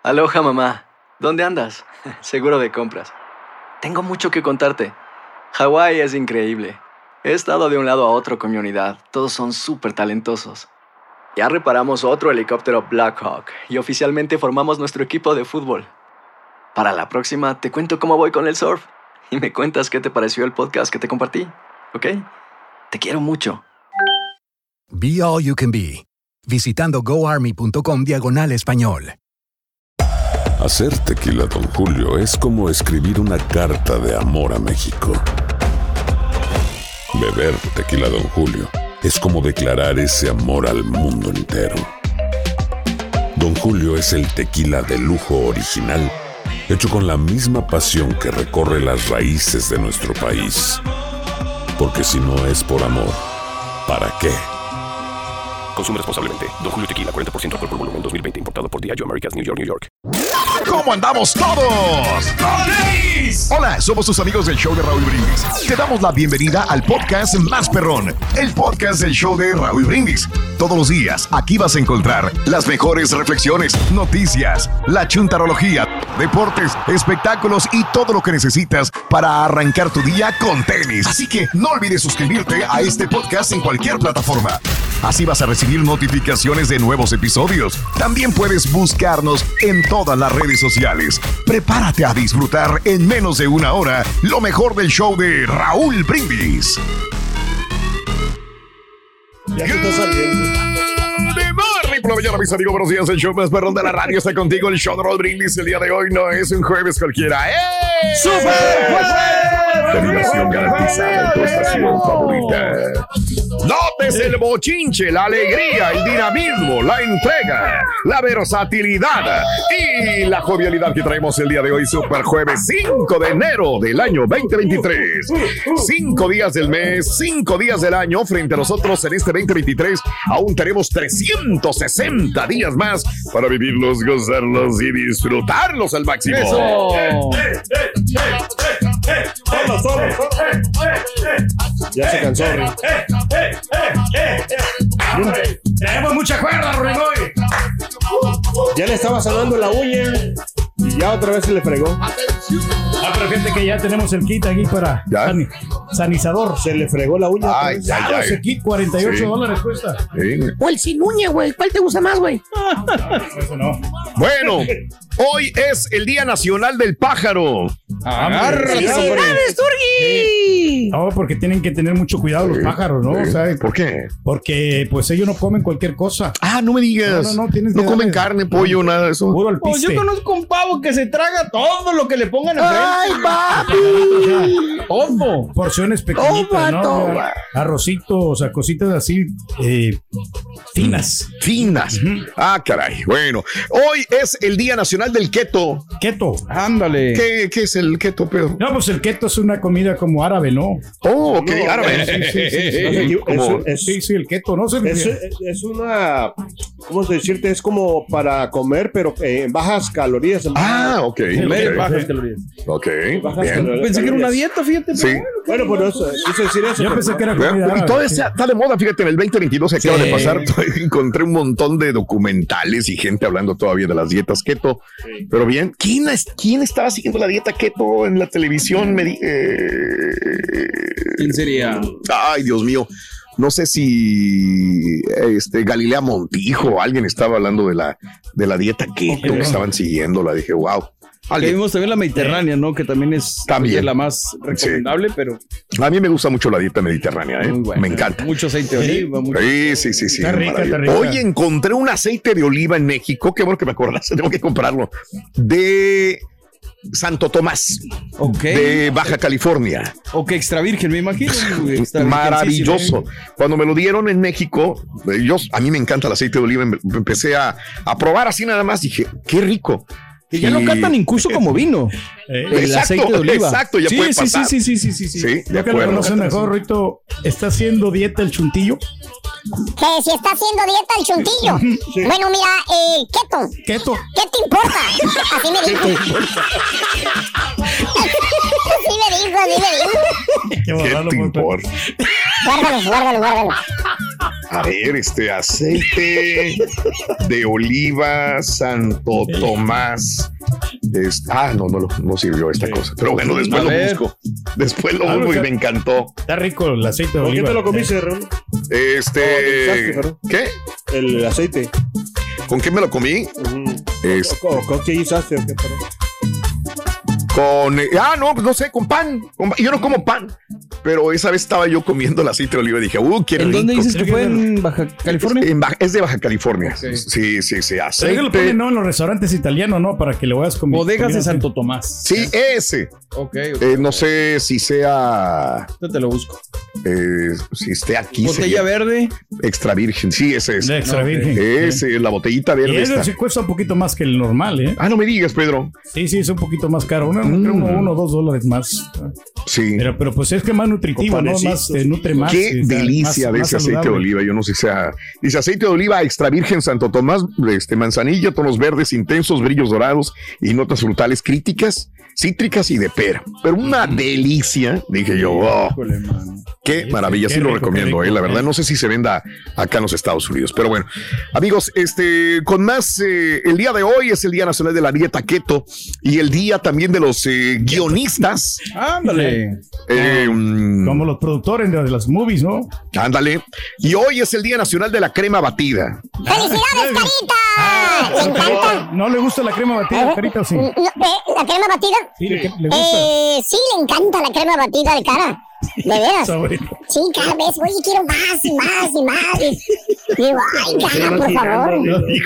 Aloha, mamá. ¿Dónde andas? Seguro de compras. Tengo mucho que contarte. Hawái es increíble. He estado de un lado a otro con mi unidad. Todos son súper talentosos. Ya reparamos otro helicóptero Blackhawk y oficialmente formamos nuestro equipo de fútbol. Para la próxima te cuento cómo voy con el surf y me cuentas qué te pareció el podcast que te compartí, ¿ok? Te quiero mucho. Be All You Can Be, visitando goarmy.com/español. Hacer tequila Don Julio es como escribir una carta de amor a México. Beber tequila Don Julio es como declarar ese amor al mundo entero. Don Julio es el tequila de lujo original, hecho con la misma pasión que recorre las raíces de nuestro país. Porque si no es por amor, ¿para qué? Consume responsablemente. Don Julio Tequila, 40% alcohol por volumen, 2020. Importado por Diageo Americas, New York, New York. ¿Cómo andamos todos? Hola, somos tus amigos del show de Raúl Brindis. Te damos la bienvenida al podcast más perrón, el podcast del show de Raúl Brindis. Todos los días, aquí vas a encontrar las mejores reflexiones, noticias, la chuntarología, deportes, espectáculos y todo lo que necesitas para arrancar tu día con tenis. Así que no olvides suscribirte a este podcast en cualquier plataforma. Así vas a recibir notificaciones de nuevos episodios. También puedes buscarnos en todas las redes sociales. Prepárate a disfrutar en menos de una hora lo mejor del show de Raúl Brindis. Ya te está saliendo. Mis amigos, buenos días. El show más perrón de la radio está contigo. El show de Raúl Brindis el día de hoy no es un jueves cualquiera. ¡Súper jueves! De diversión garantizada en tu estación favorita. Notes el bochinche, la alegría, el dinamismo, la entrega, la versatilidad y la jovialidad que traemos el día de hoy, Super Jueves 5 de enero del año 2023. 5 días del mes, 5 días del año. Frente a nosotros en este 2023 aún tenemos 360 días más para vivirlos, gozarlos y disfrutarlos al máximo. ¡Eso! Solo. Ya se cansó, Rick. Tenemos mucha cuerda, Rigoy. Ya le estaba sanando la uña y ya otra vez se le fregó. Pero fíjate que ya tenemos el kit aquí para sanizador. Se le fregó la uña. Ese kit, $48 cuesta. Sí. O el sin uña, güey. ¿Cuál te gusta más, güey? Eso no. Bueno, hoy es el Día Nacional del Pájaro. ¡Felicidades, Turgi! No, porque tienen que tener mucho cuidado los pájaros, ¿no? O sea, ¿por qué? Porque pues ellos no comen cualquier cosa. No me digas. No comen carne, pollo, nada de eso. Puro alpiste. Yo conozco un pavo que se traga todo lo que le pongan enfrente. ¡Ay, papi! Todo. Porciones pequeñitas, ¿no? Arrocito, o sea, cositas así finas. Caray. Bueno, hoy es el Día Nacional del Keto. Keto. Ándale. ¿Qué es el keto, Pedro? No, pues el keto es una comida como árabe, ¿no? Oh, ok, No, árabe. Sí, el keto, ¿no? Es una, ¿cómo decirte? Es como para comer, pero en bajas calorías. Ok. Comer en bajas calorías. Ok, Bajas bien. calorías. Pensé que era una dieta, fíjate. Sí. Bueno, pues eso, quise decir eso. Yo pensé que era comida árabe. Y todo está de moda, fíjate, en el 2022 que acaba de pasar, encontré un montón de documentales y gente hablando todavía de las dietas keto. Sí. Pero bien, ¿quién estaba siguiendo la dieta keto en la televisión? ¿Quién sería? Ay, Dios mío. No sé si Galilea Montijo o alguien estaba hablando de la dieta keto que estaban siguiendo. La dije, wow. Vimos también la mediterránea, ¿no? Que también es la más recomendable, pero... A mí me gusta mucho la dieta mediterránea, ¿eh? Bueno, me encanta. Mucho aceite de oliva. Sí. Está rica. Hoy encontré un aceite de oliva en México. Qué bueno que me acordaste, tengo que comprarlo. De Santo Tomás, de Baja California. Extra virgen, me imagino. Maravilloso. Cuando me lo dieron en México, a mí me encanta el aceite de oliva. Empecé a probar así nada más. Dije, qué rico. Que ya lo catan incluso como vino. El aceite de oliva. Exacto, ya puede pasar. Sí. Ya que lo conocen mejor, Rito, ¿está haciendo dieta el chuntillo? Si está haciendo dieta el chuntillo. Sí. Bueno, mira, keto. ¿Qué te importa? Así me dijo. Así me dijo. ¿Qué te importa? Guárdalo. A ver, aceite de oliva Santo Tomás. No sirvió esta cosa. Pero bueno, después lo busco. Después lo busco y me encantó. Está rico el aceite de oliva. ¿Por qué te lo comiste, Raúl? ¿Qué? El aceite. ¿Con qué me lo comí? ¿Con qué guisaste? No sé, con pan. Yo no como pan, pero esa vez estaba yo comiendo el aceite de oliva y dije, qué rico. ¿En dónde dices que fue? ¿En Baja California? Es de Baja California. Okay. Sí, aceite. Pero lo ponen, ¿no? En los restaurantes italianos, ¿no? Para que le vayas con Bodegas de Santo Tomás. Sí, ese. Okay. No sé si sea... Yo te lo busco. Si esté aquí. Botella verde. Extra virgen, sí, ese es. Extra virgen. Ese, la botellita verde. Y eso sí cuesta un poquito más que el normal, ¿eh? No me digas, Pedro. Sí, es un poquito más caro. Creo $1 o $2 más. Sí. Pero pues es que más nutritivo, ¿no? Más nutre más. Qué delicia de ese aceite de oliva. Yo no sé si sea. Dice aceite de oliva extra virgen Santo Tomás, manzanilla, tonos verdes intensos, brillos dorados y notas frutales cítricas y de pera. Pero una delicia, dije yo. Qué maravilla, sí lo recomiendo, la verdad. No sé si se venda acá en los Estados Unidos, pero bueno. Amigos, con más, el día de hoy es el Día Nacional de la Dieta Keto y el día también de los guionistas. Ándale. Como los productores de las movies, ¿no? Ándale. Y hoy es el Día Nacional de la Crema Batida. ¡Felicidades, Carita! ¿Le encanta? ¿No le gusta la crema batida, Carita, o sí? ¿La crema batida? Sí, ¿le gusta? Sí, le encanta la crema batida de cara. ¿De veras? Sí, cada vez, oye, quiero más y más y más. Y digo, ay, cara, por favor.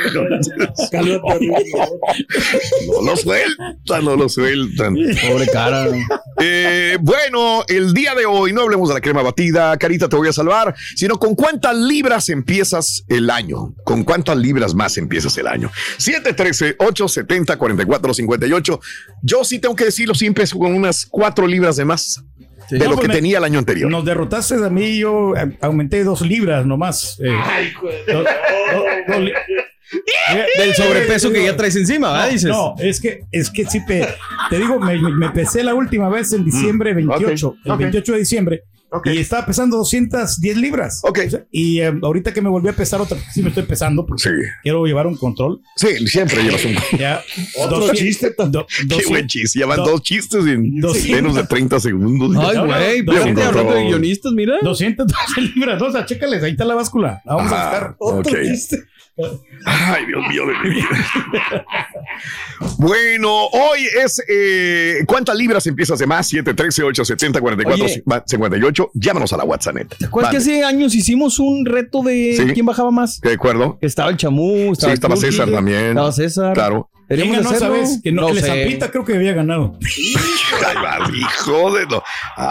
No lo sueltan. Pobre cara. Bueno, el día de hoy no hablemos de la crema batida, Carita, te voy a salvar, sino con cuántas libras empiezas el año. ¿Con cuántas libras más empiezas el año? 713-870-4458. Yo sí tengo que decirlo, sí empiezo con unas 4 libras de más. Sí. De lo que tenía el año anterior. Nos derrotaste a mí, yo aumenté 2 libras nomás. Del sobrepeso que ya traes encima, ¿verdad? Dices. No, es que sí te digo, me pesé la última vez en diciembre 28, el 28 de diciembre. Y estaba pesando 210 libras. Y ahorita que me volví a pesar otra, sí me estoy pesando porque quiero llevar un control. Sí, siempre llevas un control. Otro chiste. Qué buen chiste. Llevan 2 chistes en menos de 30 segundos. Ay, güey. Fíjate, hablando de guionistas, mira. 212 libras. O sea, chécales, ahí está la báscula. Vamos a buscar otro chiste. Ay, Dios mío de mi vida. Bueno, hoy es ¿cuántas libras empiezas de más? 713-870-4458. Llámanos a la WhatsApp. ¿Te acuerdas que hace años hicimos un reto de quién bajaba más? De acuerdo. Estaba el Chamú, estaba César también. Estaba César. Claro. ¿Quién ganó, sabes? Que no, el Zampita creo que había ganado. Hijo de no.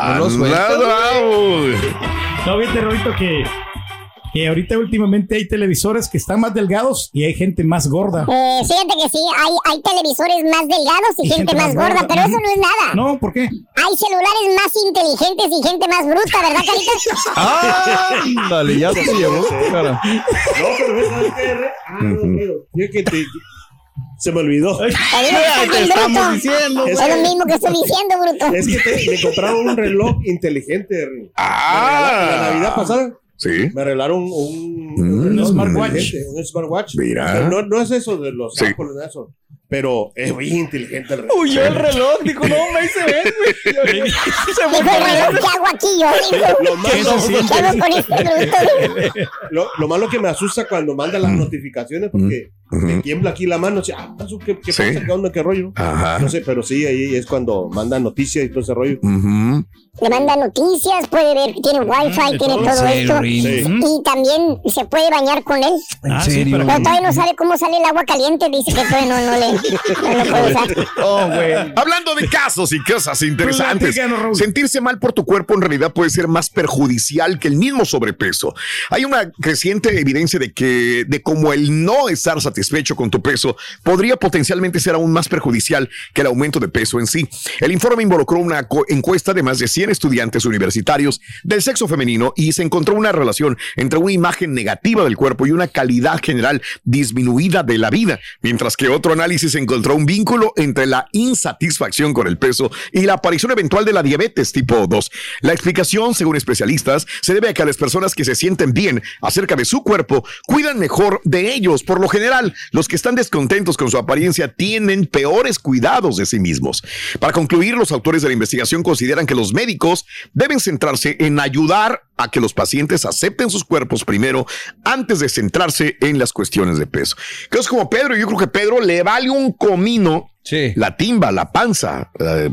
No, viste, Rolito, que ahorita últimamente hay televisores que están más delgados y hay gente más gorda. Fíjate que sí, hay televisores más delgados y gente más gorda, pero eso no es nada. No, ¿por qué? Hay celulares más inteligentes y gente más bruta, ¿verdad, Carita? Dale, ya se llevó, cara. No, pero ¿sabes qué? Se me olvidó. Te estamos diciendo. Es lo mismo que estoy diciendo, bruto. Es que me compraron un reloj inteligente. La Navidad pasada. Sí. Me regalaron un smartwatch. Un smartwatch. Mira. No es eso de los Apple, de eso. Pero es muy inteligente el reloj. Huyó el reloj, dijo, no, me hice ven, güey. Se fue el reloj, ¿qué hago aquí yo? Lo malo que me asusta cuando manda las notificaciones porque me tiembla aquí la mano. ¿Qué pasa? ¿Qué onda? ¿Qué rollo? Ajá. No sé, pero sí, ahí es cuando manda noticias y todo ese rollo. Le manda noticias, puede ver, tiene wifi, tiene todo esto. Sí. Y también se puede bañar con él. ¿En serio? Pero todavía no sabe cómo sale el agua caliente. Dice que todavía no le puede usar. Hablando de casos y cosas interesantes, sentirse mal por tu cuerpo en realidad puede ser más perjudicial que el mismo sobrepeso. Hay una creciente evidencia de cómo el no estar satisfecho insatisfecho con tu peso podría potencialmente ser aún más perjudicial que el aumento de peso en sí. El informe involucró una encuesta de más de 100 estudiantes universitarios del sexo femenino y se encontró una relación entre una imagen negativa del cuerpo y una calidad general disminuida de la vida, mientras que otro análisis encontró un vínculo entre la insatisfacción con el peso y la aparición eventual de la diabetes tipo 2. La explicación, según especialistas, se debe a que las personas que se sienten bien acerca de su cuerpo cuidan mejor de ellos. Por lo general, los que están descontentos con su apariencia tienen peores cuidados de sí mismos. Para concluir, los autores de la investigación consideran que los médicos deben centrarse en ayudar a que los pacientes acepten sus cuerpos primero antes de centrarse en las cuestiones de peso. Que es como Pedro. Yo creo que Pedro le vale un comino la timba, la panza,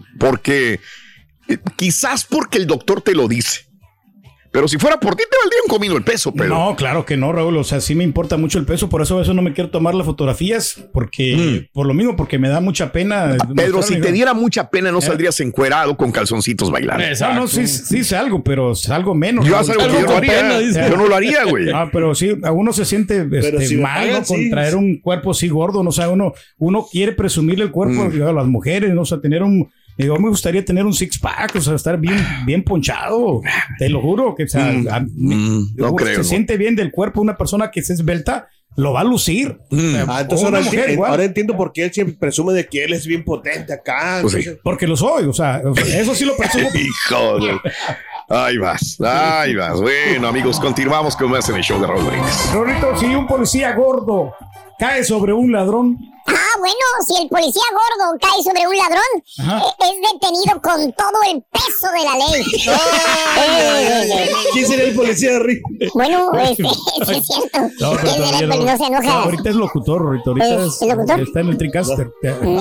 quizás porque el doctor te lo dice. Pero si fuera por ti, te valdría un comino el peso, Pedro. No, claro que no, Raúl. O sea, sí me importa mucho el peso. Por eso a veces no me quiero tomar las fotografías. Por lo mismo, porque me da mucha pena. Pedro, si te diera mucha pena, no saldrías encuerado con calzoncitos bailando. No, sí salgo, pero salgo menos. Yo salgo que yo no haría. Yo no lo haría, güey. Pero sí, a uno se siente mal, ¿no? Con traer un cuerpo así gordo. No, o sea, uno quiere presumirle el cuerpo a las mujeres, ¿no? O sea, tener un... Yo me gustaría tener un six-pack, o sea, estar bien ponchado. Te lo juro que no creo. Se siente bien del cuerpo una persona que es esbelta, lo va a lucir. Entonces ahora entiendo por qué él siempre presume de que él es bien potente acá. Pues sí. Porque lo soy, o sea, eso sí lo presumo. Hijo. Ahí vas. Bueno, amigos, continuamos con más en el show de Raúl Brindis. Rorrito, si un policía gordo cae sobre un ladrón. Bueno, si el policía gordo cae sobre un ladrón, es detenido con todo el peso de la ley. ¿Quién será el policía de arriba? Bueno, es cierto. No se enoja. Ahorita es locutor, ahorita está en el TriCaster.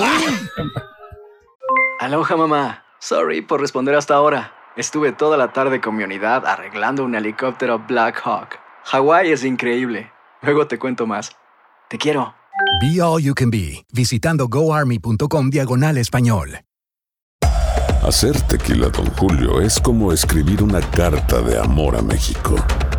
Aloha, mamá. Sorry por responder hasta ahora. Estuve toda la tarde con mi unidad arreglando un helicóptero Black Hawk. Hawái es increíble. Luego te cuento más. Te quiero. Be All You Can Be, visitando goarmy.com/español. Hacer tequila Don Julio es como escribir una carta de amor a México.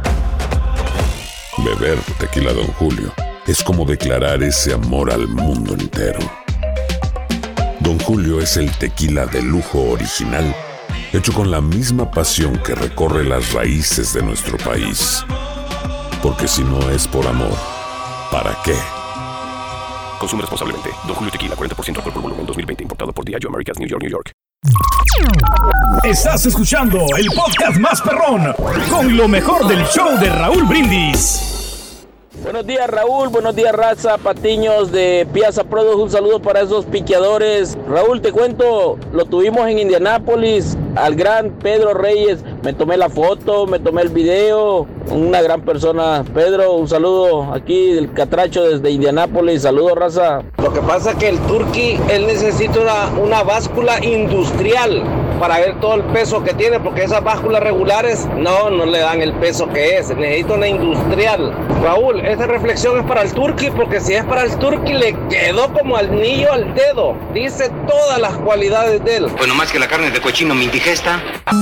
Beber tequila Don Julio es como declarar ese amor al mundo entero. Don Julio es el tequila de lujo original, hecho con la misma pasión que recorre las raíces de nuestro país. Porque si no es por amor, ¿para qué? Consume responsablemente. Don Julio Tequila, 40% alcohol por volumen, 2020. Importado por Diageo Americas, New York, New York. Estás escuchando el podcast más perrón con lo mejor del show de Raúl Brindis. Buenos días, Raúl. Buenos días, raza. Patiños de Piazza Produce. Un saludo para esos piqueadores. Raúl, te cuento, lo tuvimos en Indianápolis, al gran Pedro Reyes. Me tomé la foto, me tomé el video. Una gran persona. Pedro, un saludo aquí del Catracho desde Indianápolis. Saludos, raza. Lo que pasa es que el Turqui, él necesita una báscula industrial para ver todo el peso que tiene, porque esas básculas regulares no le dan el peso que es. Necesita una industrial. Raúl, esta reflexión es para el Turqui, porque si es para el Turqui le quedó como anillo al dedo. Dice todas las cualidades de él. Pues nomás que la carne de cochino me indigesta.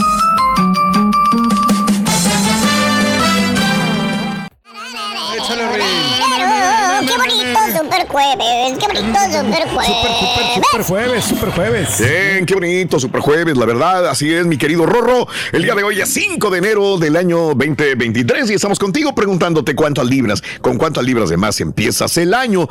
¡Qué bonito Super Jueves! ¡Qué bonito Super Jueves! Super Jueves. Bien, qué bonito Super Jueves, la verdad, así es, mi querido Rorro. El día de hoy es 5 de enero del año 2023 y estamos contigo preguntándote cuántas libras, con cuántas libras de más empiezas el año.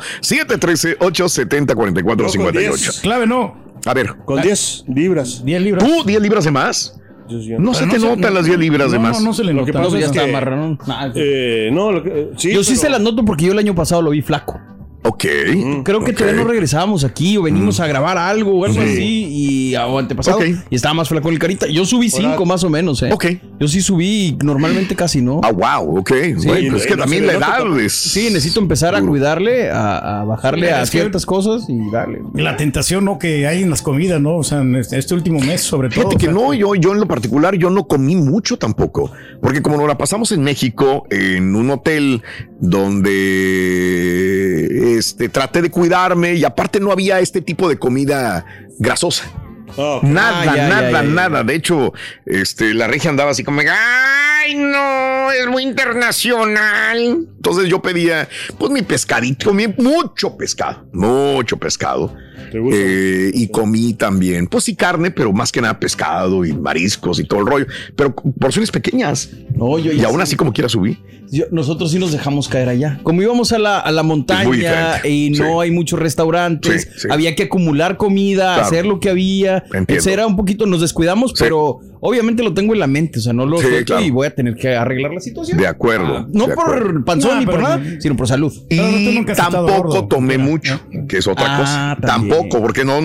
713-870-4458. Clave no. A ver. Con 10 libras. 10 libras. ¿Tú 10 libras de más? No se te notan las 10 libras de más. No se le nota. Ya está marrón. Yo sí se las noto porque yo el año pasado lo vi flaco. Ok. Creo que todavía no regresábamos aquí o venimos a grabar algo o algo así y antepasado. Y estaba más flaco el carita. Yo subí 5 más o menos, Ok. Yo sí subí, normalmente casi no. Wow, ok. Sí, bueno, es que también la edad es... Sí, necesito empezar a cuidarle, a bajarle a ciertas cosas y darle. La tentación, ¿no? Que hay en las comidas, ¿no? O sea, en este último mes, sobre todo. Fíjate que no, yo en lo particular, yo no comí mucho tampoco. Porque como nos la pasamos en México, en un hotel donde traté de cuidarme y aparte no había este tipo de comida grasosa. Nada. De hecho, la regia andaba así como, ay, no, es muy internacional. Entonces yo pedía, pues mi pescadito, comí mucho pescado. Y comí también, pues sí, carne, pero más que nada pescado y mariscos y todo el rollo, pero porciones pequeñas. No, y aún así como quiera subí. Nosotros sí nos dejamos caer allá. Como íbamos a la montaña y no hay muchos restaurantes, había que acumular comida, hacer lo que había. Era un poquito, nos descuidamos, pero obviamente lo tengo en la mente, o sea, no lo suelto y voy a tener que arreglar la situación. De acuerdo. No por panzón ni por nada, sino por salud. Y tampoco tomé mucho, que es otra cosa. Tampoco, porque no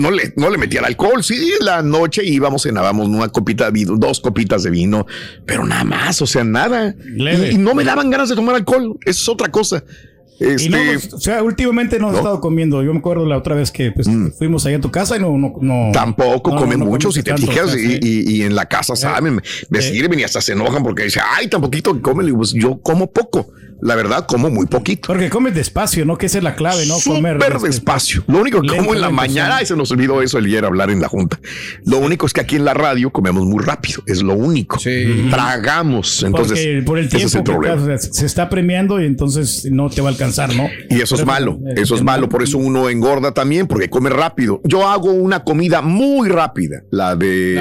le metía el alcohol. Sí, en la noche cenábamos una copita de vino, 2 copitas de vino, pero nada más, o sea, nada. Y no me daban ganas de tomar alcohol, eso es otra cosa. Y no, o sea, últimamente no he estado comiendo. Yo me acuerdo la otra vez que fuimos allá a tu casa y no tampoco comen mucho, si te fijas, y en la casa saben, me sirven y hasta se enojan porque dicen, ay, tan poquito que comen. Pues yo como poco, la verdad, como muy poquito. Porque comes despacio, ¿no? Que esa es la clave, ¿no? Súper despacio. Lo único que como en la mañana, se nos olvidó eso ayer hablar en la junta. Lo único es que aquí en la radio comemos muy rápido, es lo único. Tragamos, entonces porque por el tiempo ese es el problema. Se está premiando y entonces no te va a alcanzar. ¿No? Y eso es malo, por eso uno engorda también, porque come rápido. Yo hago una comida muy rápida, la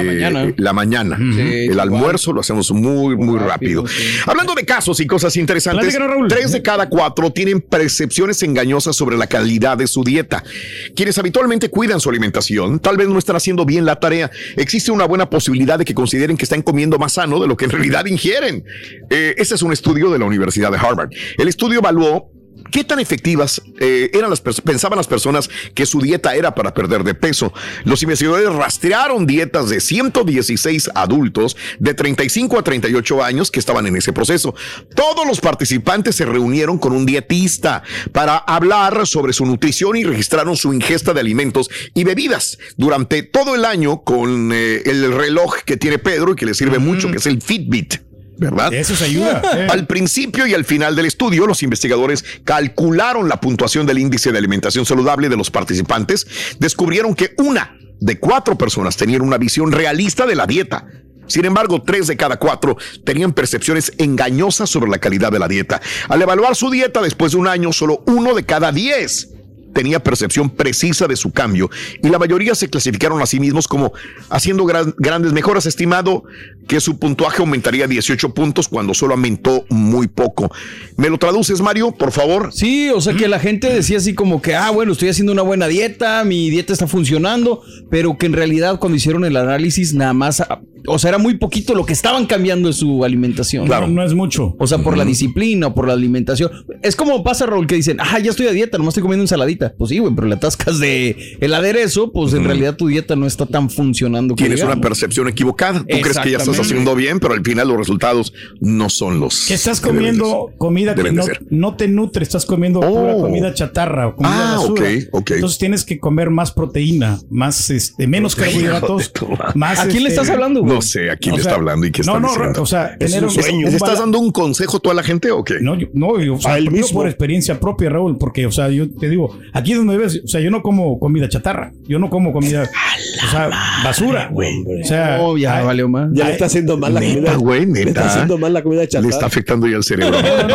de la mañana. El almuerzo lo hacemos muy rápido. Hablando de casos y cosas interesantes, 3 de cada 4 tienen percepciones engañosas sobre la calidad de su dieta. Quienes habitualmente cuidan su alimentación, tal vez no están haciendo bien la tarea. Existe una buena posibilidad de que consideren que están comiendo más sano de lo que en realidad ingieren. Este es un estudio de la Universidad de Harvard. El estudio evaluó ¿qué tan efectivas pensaban las personas que su dieta era para perder de peso? Los investigadores rastrearon dietas de 116 adultos de 35 a 38 años que estaban en ese proceso. Todos los participantes se reunieron con un dietista para hablar sobre su nutrición y registraron su ingesta de alimentos y bebidas durante todo el año con el reloj que tiene Pedro y que le sirve mucho, que es el Fitbit. ¿Verdad? Eso se ayuda. Al principio y al final del estudio, los investigadores calcularon la puntuación del índice de alimentación saludable de los participantes. Descubrieron que 1 de 4 personas tenían una visión realista de la dieta. Sin embargo, 3 de cada 4 tenían percepciones engañosas sobre la calidad de la dieta. Al evaluar su dieta después de un año, solo 1 de cada 10 tenía percepción precisa de su cambio y la mayoría se clasificaron a sí mismos como haciendo grandes mejoras, estimado que su puntuaje aumentaría 18 puntos cuando solo aumentó muy poco. ¿Me lo traduces, Mario, por favor? Sí, o sea que la gente decía así como que, bueno, estoy haciendo una buena dieta, mi dieta está funcionando, pero que en realidad cuando hicieron el análisis nada más, o sea, era muy poquito lo que estaban cambiando de su alimentación. Claro, no es mucho. O sea, por la disciplina o por la alimentación. Es como pasa, Raúl, que dicen, ya estoy a dieta, nomás estoy comiendo ensaladita. Pues sí, güey, pero le atascas de el aderezo, pues en realidad tu dieta no está tan funcionando. Tienes una percepción equivocada. Tú crees que ya estás haciendo bien, pero al final los resultados no son los que estás comiendo comida que no te nutre, estás comiendo pura comida chatarra o comida basura. Okay. Entonces tienes que comer más proteína, más menos carbohidratos. Más, ¿a quién le estás hablando, güey? No sé a quién le está hablando y qué está diciendo. O sea, tener un sueño. ¿Estás dando un consejo a toda la gente o qué? No, o sea, por experiencia propia, Raúl, porque, o sea, yo te digo, aquí donde ves, o sea, yo no como comida chatarra, yo no como comida, o sea, basura, güey. O sea, ya valió más. Ya le está haciendo mal la comida. Le está haciendo mal la comida chatarra. Le está afectando ya el cerebro.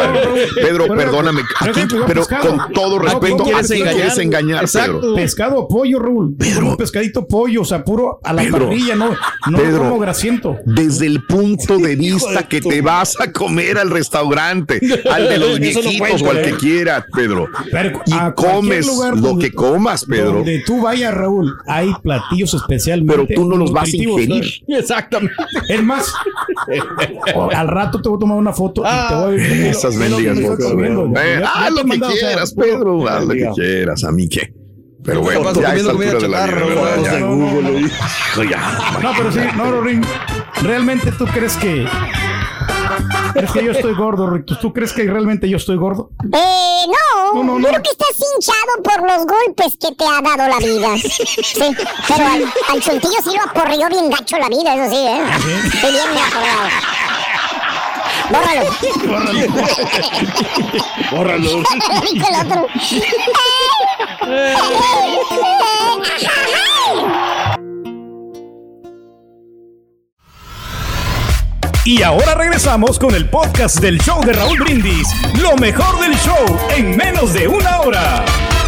Pedro, perdóname, pero con todo respeto, quieres engañar, Pedro. Pescado o pollo, Raúl. Un pescadito pollo, o sea, puro a la parrilla, no como grasiento. Desde el punto de vista que te vas a comer al restaurante, al de los viejitos o al que quieras, Pedro. Y comes lo que comas, Pedro. Donde tú vayas, Raúl, hay platillos especialmente. Pero tú no los vas a ingerir. Exactamente. Es más, al rato te voy a tomar una foto y te voy a esas mendigas fotos. Haz lo que quieras, Pedro. Haz lo que quieras. ¿A mí qué? Pero bueno, ya a esta altura de la vida. No, pero sí, no, Ring. ¿Realmente tú crees que yo estoy gordo, Rick? ¿Tú crees que realmente yo estoy gordo? No. Creo que estás hinchado por los golpes que te ha dado la vida. Sí, pero al chuntillo sí lo aporrió bien gacho la vida, eso sí, ¿eh? ¿Sí? Estoy bien aporreado. Bórralo. Rico el otro. Y ahora regresamos con el podcast del show de Raúl Brindis. Lo mejor del show en menos de una hora.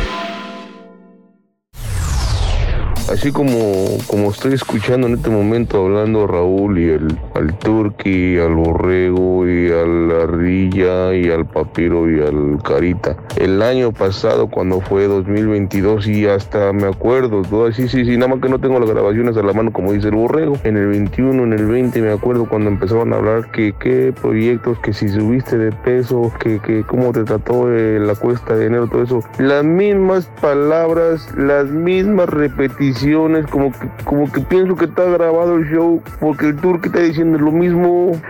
Así como estoy escuchando en este momento hablando a Raúl y al Turqui, al Borrego y a la Ardilla y al Papiro y al Carita. El año pasado cuando fue 2022 y hasta me acuerdo, todo sí, nada más que no tengo las grabaciones a la mano como dice el Borrego. En el 21, en el 20 me acuerdo cuando empezaban a hablar que qué proyectos, que si subiste de peso, que cómo te trató la cuesta de enero, todo eso. Las mismas palabras, las mismas repeticiones. Como que pienso que está grabado el show porque el Turqui está diciendo lo mismo.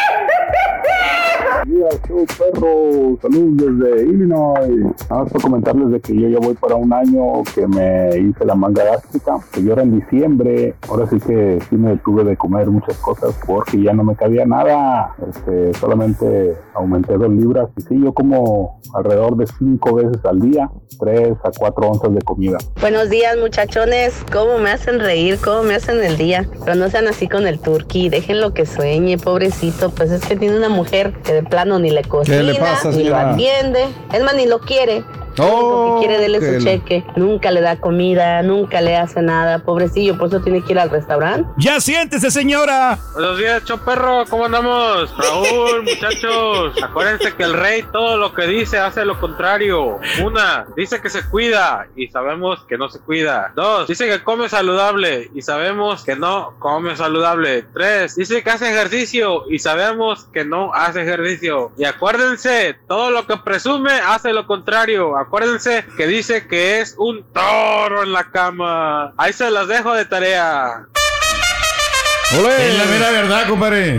Mira, show perro, saludos desde Illinois. Nada más para comentarles de que yo ya voy para un año que me hice la manga gástrica, que yo era en diciembre. Ahora sí que sí me tuve de comer muchas cosas porque ya no me cabía nada. Solamente aumenté 2 libras y sí, yo como alrededor de 5 veces al día, 3 a 4 onzas de comida. Buenos días, muchachones. ¿Cómo me hacen reír? ¿Cómo me hacen el día? Pero no sean así con el Turqui, déjenlo que sueñe, pobrecito. Pues es que tiene una mujer que de plano ni le cocina, le pasa, ni lo atiende, es más, ni lo quiere. Lo que quiere darle su cheque, nunca le da comida, nunca le hace nada, pobrecillo, por eso tiene que ir al restaurante. ¡Ya siéntese, señora! Buenos días, Choperro, ¿cómo andamos? Raúl, muchachos, acuérdense que el rey todo lo que dice hace lo contrario. 1, dice que se cuida y sabemos que no se cuida. 2, dice que come saludable y sabemos que no come saludable. 3, dice que hace ejercicio y sabemos que no hace ejercicio. Y acuérdense, todo lo que presume hace lo contrario. Acuérdense que dice que es un toro en la cama. Ahí se las dejo de tarea. ¡Olé! Es la mera verdad, compadre.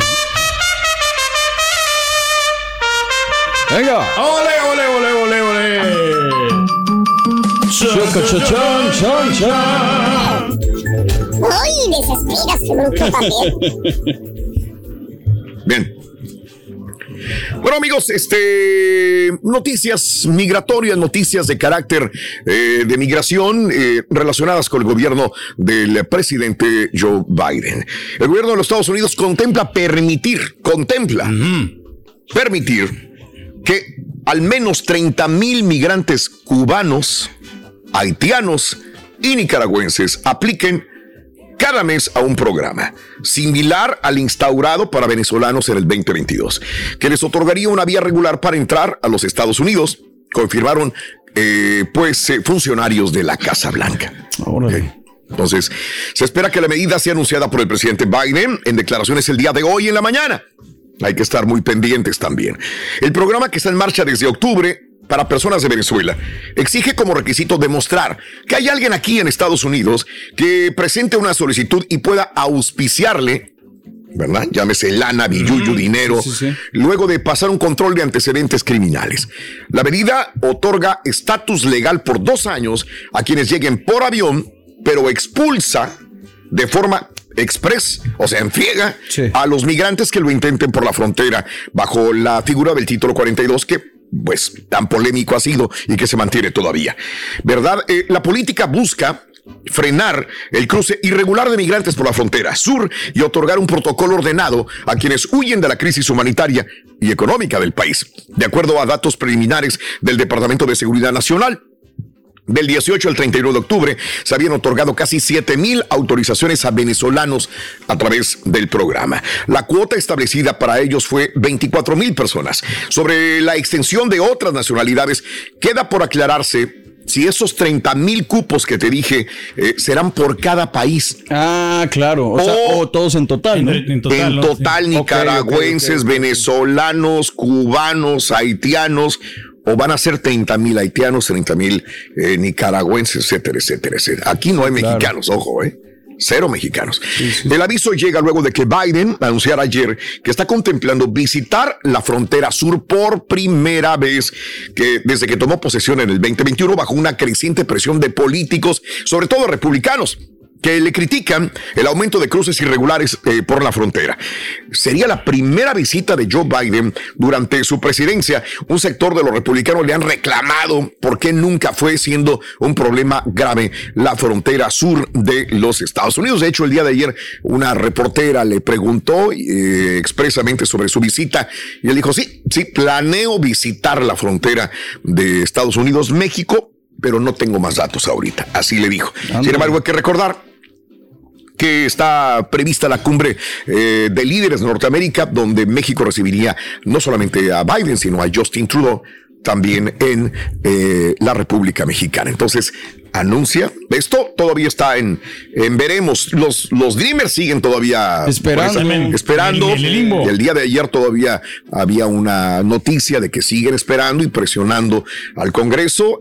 Venga. ¡Ole, ole, ole, ole, ole! ¡Ay, desesperas, bruto también! Bien. Bueno, amigos, noticias migratorias, noticias de carácter de migración relacionadas con el gobierno del presidente Joe Biden. El gobierno de los Estados Unidos contempla permitir que al menos 30,000 migrantes cubanos, haitianos y nicaragüenses apliquen cada mes a un programa similar al instaurado para venezolanos en el 2022, que les otorgaría una vía regular para entrar a los Estados Unidos, confirmaron funcionarios de la Casa Blanca. Okay. Entonces, se espera que la medida sea anunciada por el presidente Biden en declaraciones el día de hoy en la mañana. Hay que estar muy pendientes también. El programa, que está en marcha desde octubre para personas de Venezuela, exige como requisito demostrar que hay alguien aquí en Estados Unidos que presente una solicitud y pueda auspiciarle, ¿verdad? Llámese lana, billuyo, dinero, luego de pasar un control de antecedentes criminales. La medida otorga estatus legal por 2 años a quienes lleguen por avión, pero expulsa de forma express, o sea, en friega, a los migrantes que lo intenten por la frontera, bajo la figura del título 42, que pues tan polémico ha sido y que se mantiene todavía, ¿verdad? La política busca frenar el cruce irregular de migrantes por la frontera sur y otorgar un protocolo ordenado a quienes huyen de la crisis humanitaria y económica del país. De acuerdo a datos preliminares del Departamento de Seguridad Nacional, del 18 al 31 de octubre se habían otorgado casi 7,000 autorizaciones a venezolanos a través del programa. La cuota establecida para ellos fue 24,000 personas. Sobre la extensión de otras nacionalidades, queda por aclararse si esos 30,000 cupos que te dije serán por cada país. Ah, claro. O todos en total, ¿no? En total, nicaragüenses, venezolanos, cubanos, haitianos. O van a ser 30,000 haitianos, 30,000 nicaragüenses, etcétera, etcétera, etcétera. Aquí no hay mexicanos, ojo, 0 mexicanos. El aviso llega luego de que Biden anunciara ayer que está contemplando visitar la frontera sur por primera vez desde que tomó posesión en el 2021, bajo una creciente presión de políticos, sobre todo republicanos, que le critican el aumento de cruces irregulares por la frontera. Sería la primera visita de Joe Biden durante su presidencia. Un sector de los republicanos le han reclamado por qué nunca fue siendo un problema grave la frontera sur de los Estados Unidos. De hecho, el día de ayer una reportera le preguntó expresamente sobre su visita y él dijo, sí, planeo visitar la frontera de Estados Unidos-México, pero no tengo más datos ahorita. Así le dijo. Sin embargo, hay que recordar que está prevista la cumbre de líderes de Norteamérica, donde México recibiría no solamente a Biden, sino a Justin Trudeau, también en la República Mexicana. Entonces, anuncia esto, todavía está en veremos. Los Dreamers siguen todavía esperando. Y el día de ayer todavía había una noticia de que siguen esperando y presionando al Congreso.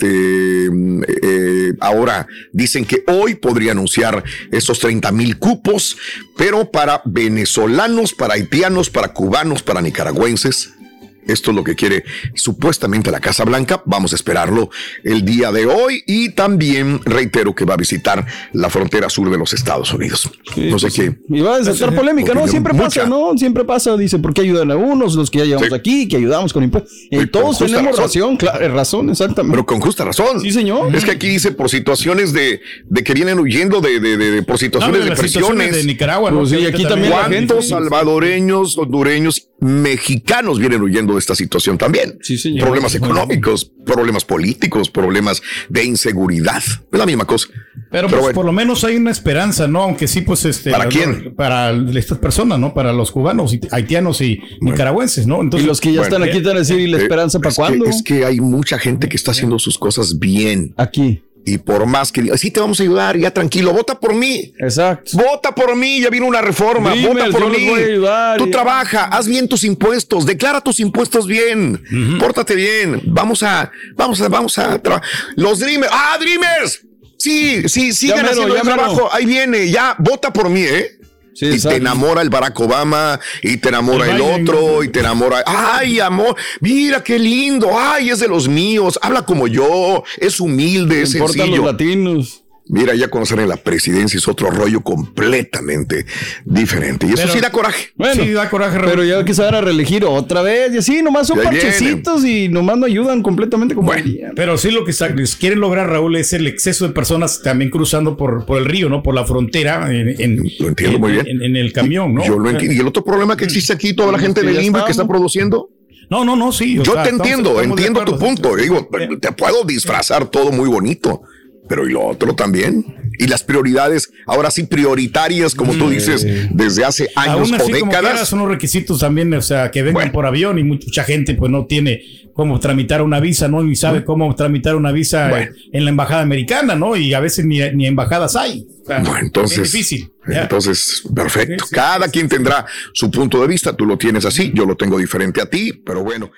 Ahora dicen que hoy podría anunciar esos 30,000 cupos, pero para venezolanos, para haitianos, para cubanos, para nicaragüenses. Esto es lo que quiere supuestamente la Casa Blanca. Vamos a esperarlo el día de hoy. Y también reitero que va a visitar la frontera sur de los Estados Unidos. Sí, no sé qué. Y va a desatar polémica, ¿no? Siempre pasa, ¿no? Siempre pasa. Dice, ¿por qué ayudan a unos, los que ya llevamos aquí, que ayudamos con impuestos? Todos tenemos razón, exactamente. Pero con justa razón. Sí, señor. Es que aquí dice por situaciones de que vienen huyendo por situaciones de presiones. De Nicaragua, ¿no? Pues sí, aquí también ¿cuántos salvadoreños, hondureños, mexicanos vienen huyendo de esta situación también? Sí, señor. Problemas económicos, problemas políticos, problemas de inseguridad. Es la misma cosa. Pero pues, bueno, por lo menos hay una esperanza, ¿no? Aunque sí, pues ¿para quién? Para estas personas, ¿no? Para los cubanos, haitianos y nicaragüenses, ¿no? Entonces, y los que ya están aquí están a decir, ¿y la esperanza para cuándo? Es que hay mucha gente que está haciendo sus cosas bien. Aquí. Y por más que diga, sí te vamos a ayudar, ya tranquilo, vota por mí. Exacto. Vota por mí, ya vino una reforma, vota por mí. Tú trabaja, haz bien tus impuestos, declara tus impuestos bien, pórtate bien. Vamos a trabajar. Los Dreamers, Dreamers. Sí, sigan haciendo el trabajo. Ahí viene, ya, vota por mí, Sí, y te enamora el Barack Obama, y te enamora el otro, y te enamora. Ay, amor, mira qué lindo. Ay, es de los míos. Habla como yo. Es humilde, es sencillo. Los latinos. Mira, ya conocer en la presidencia es otro rollo completamente diferente. Y eso sí da coraje. Bueno, sí da coraje. Pero ya que se van a reelegir otra vez. Y así, nomás son parchecitos y nomás no ayudan completamente como pero sí lo que quieren lograr, Raúl, es el exceso de personas también cruzando por el río, ¿no? Por la frontera. Lo entiendo muy bien. En el camión, ¿no? Yo lo entiendo. Y el otro problema que existe aquí, toda la gente del INVE que está produciendo. No, sí. Yo te entiendo tu punto. Digo, te puedo disfrazar todo muy bonito. Pero y lo otro también. Y las prioridades, ahora sí prioritarias, como tú dices, desde hace años o décadas. Son los requisitos también, o sea, que vengan por avión y mucha gente pues no tiene cómo tramitar una visa, ¿no? Ni sabe cómo tramitar una visa en la embajada americana, ¿no? Y a veces ni embajadas hay. O sea, entonces, es difícil. Entonces, perfecto. Sí. Cada quien tendrá su punto de vista. Tú lo tienes así, yo lo tengo diferente a ti, pero bueno.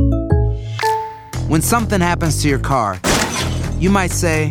When something happens to your car, you might say,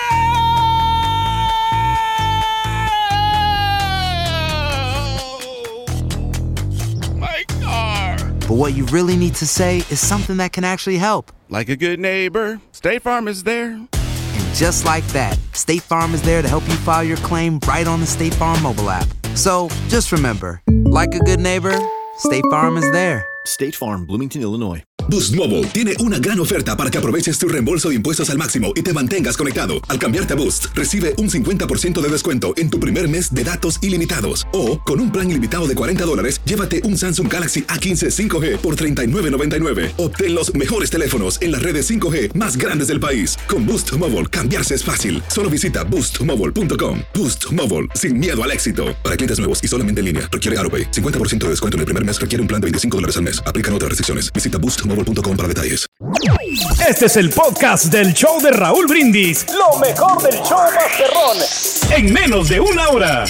but what you really need to say is something that can actually help. Like a good neighbor, State Farm is there. And just like that, State Farm is there to help you file your claim right on the State Farm mobile app. So just remember, like a good neighbor, State Farm is there. State Farm, Bloomington, Illinois. Boost Mobile tiene una gran oferta para que aproveches tu reembolso de impuestos al máximo y te mantengas conectado. Al cambiarte a Boost, recibe un 50% de descuento en tu primer mes de datos ilimitados. O, con un plan ilimitado de $40, llévate un Samsung Galaxy A15 5G por $39.99. Obtén los mejores teléfonos en las redes 5G más grandes del país. Con Boost Mobile, cambiarse es fácil. Solo visita boostmobile.com. Boost Mobile, sin miedo al éxito. Para clientes nuevos y solamente en línea, requiere AroPay. 50% de descuento en el primer mes requiere un plan de $25 al mes. Aplican otras restricciones. Visita boostmobile.com para detalles. Este es el podcast del show de Raúl Brindis. Lo mejor del show Masterrón. En menos de una hora.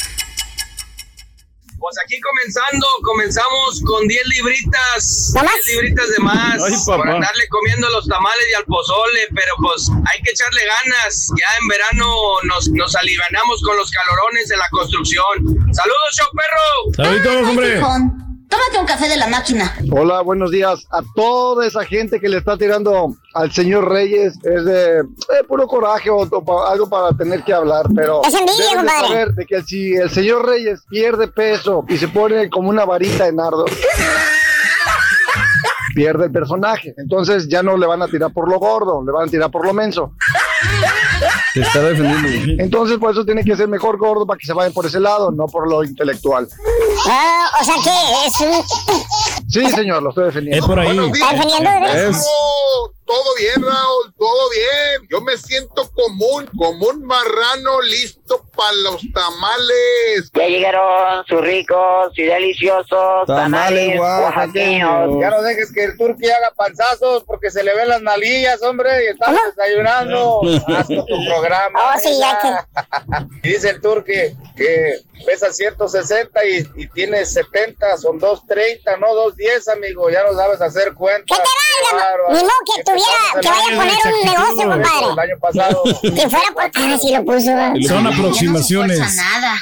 Pues aquí comenzamos con 10 libritas. 10 libritas de más. Por andarle comiendo los tamales y al pozole. Pero pues hay que echarle ganas. Ya en verano nos alivianamos con los calorones en la construcción. ¡Saludos, show perro! ¡Saludos, hombre! Tómate un café de la máquina. Hola, buenos días. A toda esa gente que le está tirando al señor Reyes es de puro coraje o algo para tener que hablar, pero es envidia, deben de compadre. saber de que si el señor Reyes pierde peso y se pone como una varita de nardo, pierde el personaje. Entonces ya no le van a tirar por lo gordo, le van a tirar por lo menso. Te está defendiendo. Entonces por eso tiene que ser mejor gordo para que se vayan por ese lado, no por lo intelectual. O sea que es un... Sí, señor, lo estoy defendiendo. Es por ahí. ¿Está defendiendo? Todo bien, Raúl, todo bien. Yo me siento como un marrano listo para los tamales. Ya llegaron sus ricos y deliciosos tamales oaxaqueños. Ya no dejes que el turqui haga panzazos porque se le ven las nalillas, hombre, y estamos desayunando. Haz tu programa. Oh, sí, ya que... Y dice el turqui que pesa 160 y tiene 70, son 230, no 210, amigo. Ya no sabes hacer cuentas. ¿Qué te valga? Ni modo que vaya a poner un negocio, compadre. El año pasado. Que fuera por cara si lo puso. Son aproximaciones. No se nada.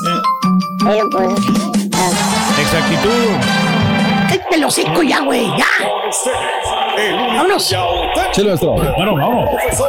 Exactitud. Cállate el hocico ya, güey, ya. Vámonos. Sí, maestro. Bueno, vamos.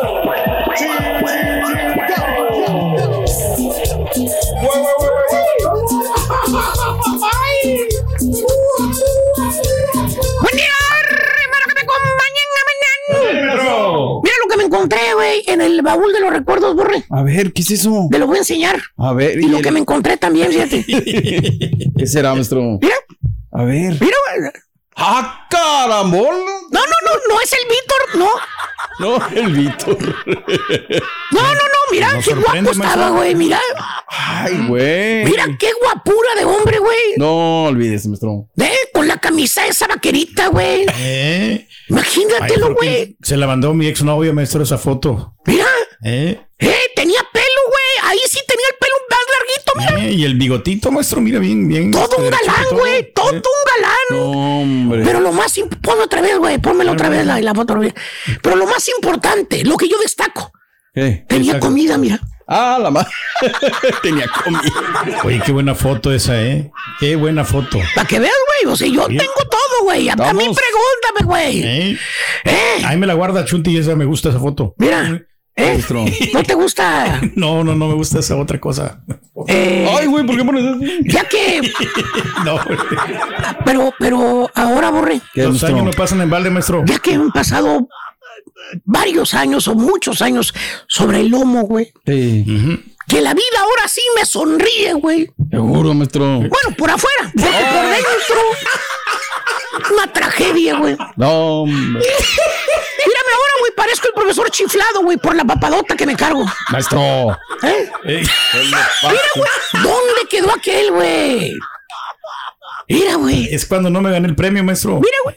Buen día, hermano, que me acompañen a mañana. Mira lo que me encontré, güey, en el baúl de los recuerdos, Borre. A ver, ¿qué es eso? Te lo voy a enseñar. A ver. Y lo que me encontré también, fíjate. ¿Qué será, maestro? Mira. A ver. Mira, güey. ¡Ah, carambol! No es el Víctor, no. No, el Víctor. No, mira, qué guapo estaba, güey, mira. Ay, güey. Mira qué guapura de hombre, güey. No olvides, maestro. Con la camisa esa vaquerita, güey. Imagínatelo, güey. Se la mandó mi exnovia, maestro, esa foto. Mira. Tenía pelo, güey. Ahí sí tenía el pelo más larguito, mira. Y el bigotito, maestro, mira bien. Todo un galán, güey. Todo un galán. No, hombre. Pero lo más ponlo otra vez, güey. Pónmelo otra vez la foto. Pero lo más importante, lo que yo destaco. ¿Qué? Tenía comida, mira. Ah, la madre. Tenía comida. Oye, qué buena foto esa, Qué buena foto. Para que veas, güey. O sea, yo tengo todo, güey. A mí pregúntame, güey. Ahí me la guarda Chunti, esa me gusta esa foto. Mira. ¿No te gusta? No me gusta esa otra cosa. Ay, güey, ¿por qué pones así? Ya que... No. Pero ahora, Borre. Los años no pasan en balde, maestro. Ya que han pasado varios años o muchos años sobre el lomo, güey. Sí. Que la vida ahora sí me sonríe, güey. Seguro, maestro. Bueno, por afuera. Porque por dentro... Una tragedia, güey. No, hombre. Mírame ahora, güey, parezco el profesor chiflado, güey, por la papadota que me cargo. Maestro. Mira, güey, ¿dónde quedó aquel, güey? Mira, güey. Es cuando no me gané el premio, maestro. Mira, güey.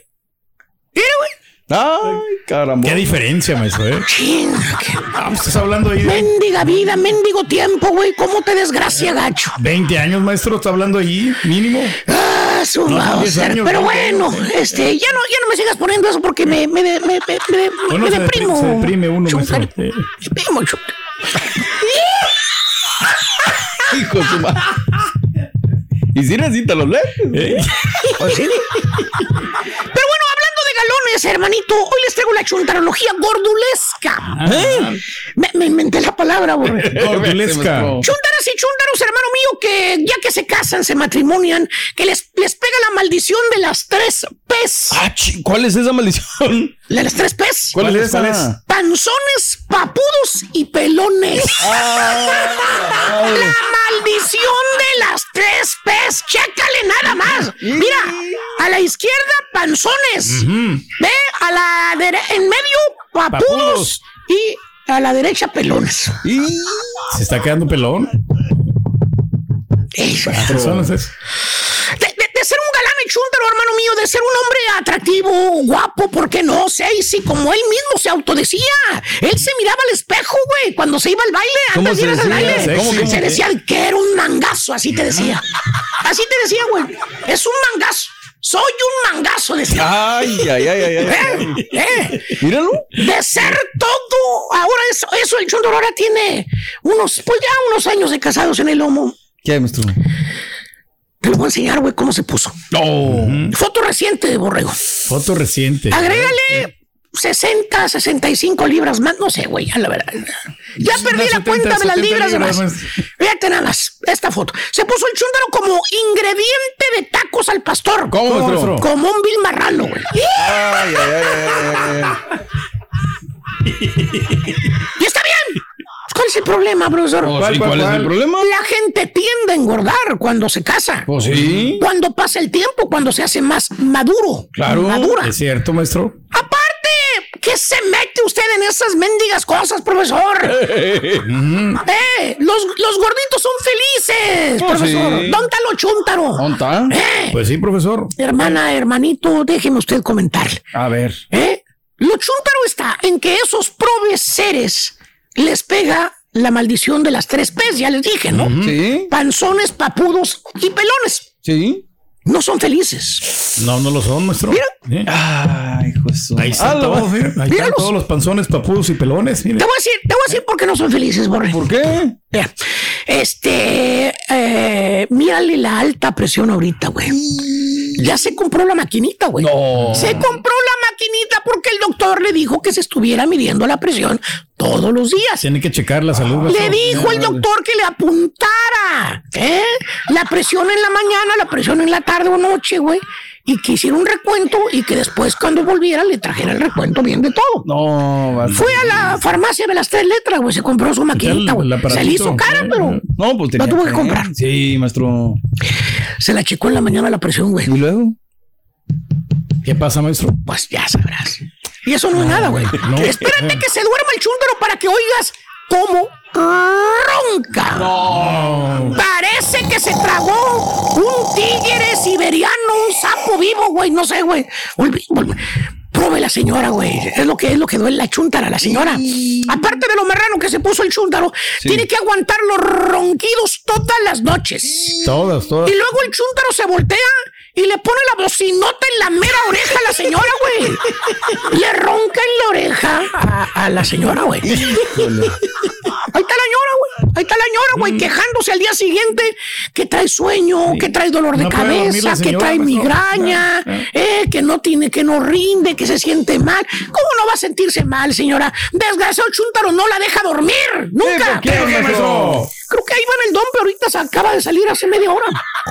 Ay, caramba. Qué diferencia, maestro, estás hablando ahí de... Mendiga vida, mendigo tiempo, güey. ¿Cómo te desgracia, gacho? 20 años, maestro, está hablando allí, mínimo. Su Mauser. Pero bueno, ya no me sigas poniendo eso porque me deprimo. Se deprime uno, maestro. Me deprimo, Hijo de su madre. ¿Y si necesitan los lentes? Pues sí. Pero bueno, hablando de galones, hermanito, hoy les traigo la chuntarología gordulesca. Me inventé la palabra, güey. Gordulesca. Chuntaras y chúntaros, hermano mío, que ya que se casan, se matrimonian, que les pega la maldición de las 3 P's. ¿Cuál es esa maldición? ¿La de las 3 P's? ¿Cuál es esa? Panzones, papudos y pelones. La maldición de las 3 P's. Chécale nada más. Mira, a la izquierda, panzones. Ve, a la en medio, papudos. Y a la derecha, pelones. ¿Se está quedando pelón? Personas es. De ser un galán y chúntaro, hermano mío, de ser un hombre atractivo, guapo, ¿por qué no? Y como él mismo se autodecía, él se miraba al espejo, güey, cuando se iba al baile. ¿Cómo se decía? Al baile. ¿Cómo? Se decía que era un mangazo, así te decía. Así te decía, güey. Es un mangazo. Soy un mangazo, decía. Ay. Míralo. De ser todo. Ahora eso el chúntaro ahora tiene unos años de casados en el lomo. ¿Qué, maestro? Te lo voy a enseñar, güey, cómo se puso. Foto reciente de Borrego. Foto reciente. Agrégale 60, 65 libras más. No sé, güey, ya la verdad. Ya perdí la cuenta de las libras de más. Fíjate nada más, esta foto. Se puso el chúndaro como ingrediente de tacos al pastor. ¿Cómo, maestro? Como un vil marrano, güey. Ay. Y está bien. ¿Cuál es el problema, profesor? ¿Cuál es el problema? La gente tiende a engordar cuando se casa. Pues sí. Cuando pasa el tiempo, cuando se hace más maduro. Claro. Madura. Es cierto, maestro. Aparte, ¿qué se mete usted en esas mendigas cosas, profesor? Los gorditos son felices, profesor. Sí. ¿Dónde está lo chúntaro? ¿Dónde está? Pues sí, profesor. Hermanito, déjeme usted comentar. A ver. Lo chúntaro está en que esos probes seres les pega la maldición de las 3 P's, ya les dije, ¿no? Sí. Panzones, papudos y pelones. Sí. No son felices. No lo son, maestro. Mira. Ay, Jesús. Ahí están todos, mira. Ahí están todos los panzones, papudos y pelones. Mira. Te voy a decir por qué no son felices, Borre. ¿Por qué? Mírale la alta presión ahorita, güey. Ya se compró la maquinita, güey. No. Se compró la maquinita porque el doctor le dijo que se estuviera midiendo la presión todos los días. Tiene que checar la salud, maestro. Le dijo el doctor que le apuntara, la presión en la mañana, la presión en la tarde o noche, güey. Y que hiciera un recuento y que después cuando volviera le trajera el recuento bien de todo. No, fue a la farmacia de las 3 letras, güey. Se compró su maquinita, güey. Se le hizo cara, pero no, pues la tuvo que comprar. Sí, maestro. Se la checó en la mañana la presión, güey. ¿Y luego? ¿Qué pasa, maestro? Pues ya sabrás. Y eso no es nada, güey. Espérate que se duerma el chúndaro para que oigas cómo ronca. No. Parece que se tragó un tigre siberiano, un sapo vivo, güey. No sé, güey. Probe la señora, güey. Es lo que duele la chúntara, la señora. Aparte de lo marrano que se puso el chúntaro, tiene que aguantar los ronquidos todas las noches. Todas. Y luego el chúntaro se voltea y le pone la bocinota en la mera oreja a la señora, güey. Le ronca en la oreja a la señora, güey. Ahí está la señora, güey, quejándose al día siguiente que trae sueño, que trae dolor de cabeza, que trae migraña, que no tiene, que no rinde, que se siente mal. ¿Cómo no va a sentirse mal, señora? Desgraciado chúntaro no la deja dormir, nunca. ¿Qué pasó? Creo que ahí va en el dompe, ahorita se acaba de salir hace media hora.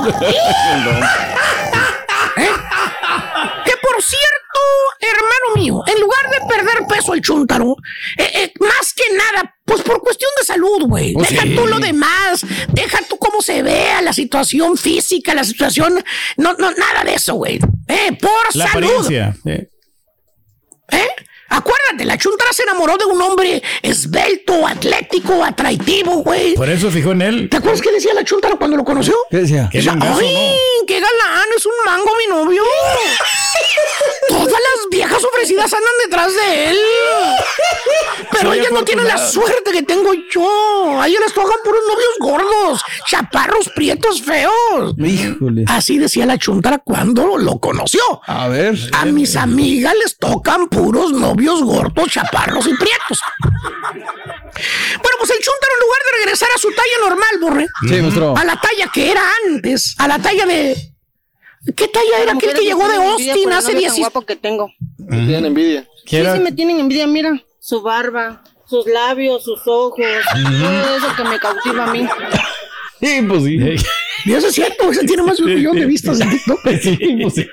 Que por cierto, hermano mío, en lugar de perder peso el chúntaro, más que nada, pues por cuestión de salud, güey. Pues deja tú lo demás, deja tú cómo se vea la situación física, la situación, no, nada de eso, güey. Por la salud. Apariencia. Acuérdate, la chúntara se enamoró de un hombre esbelto, atlético, atractivo, güey. Por eso fijó en él. ¿Te acuerdas qué decía la chúntara cuando lo conoció? ¿Qué decía? ¿Qué langazo, ¡ay, qué galán! Es un mango, mi novio. Todas las viejas ofrecidas andan detrás de él. Pero ellas no tienen la suerte que tengo yo. A ellas les tocan puros novios gordos, chaparros, prietos, feos. Híjole. Así decía la chúntara cuando lo conoció. A ver. A mis amigas les tocan puros novios gordos, chaparros y prietos. Bueno, pues el chúntaro, en lugar de regresar a su talla normal, Borre, sí, maestro, a la talla que era antes, a la talla de... ¿Qué talla era aquel que llegó de Austin hace 10 años? guapo que tengo. Me tienen envidia. Sí, me tienen envidia, mira. Su barba, sus labios, sus ojos. Todo eso que me cautiva a mí. Sí, pues sí. Y eso es cierto, ese tiene más de 1 millón de vistas en TikTok. Sí, pues sí.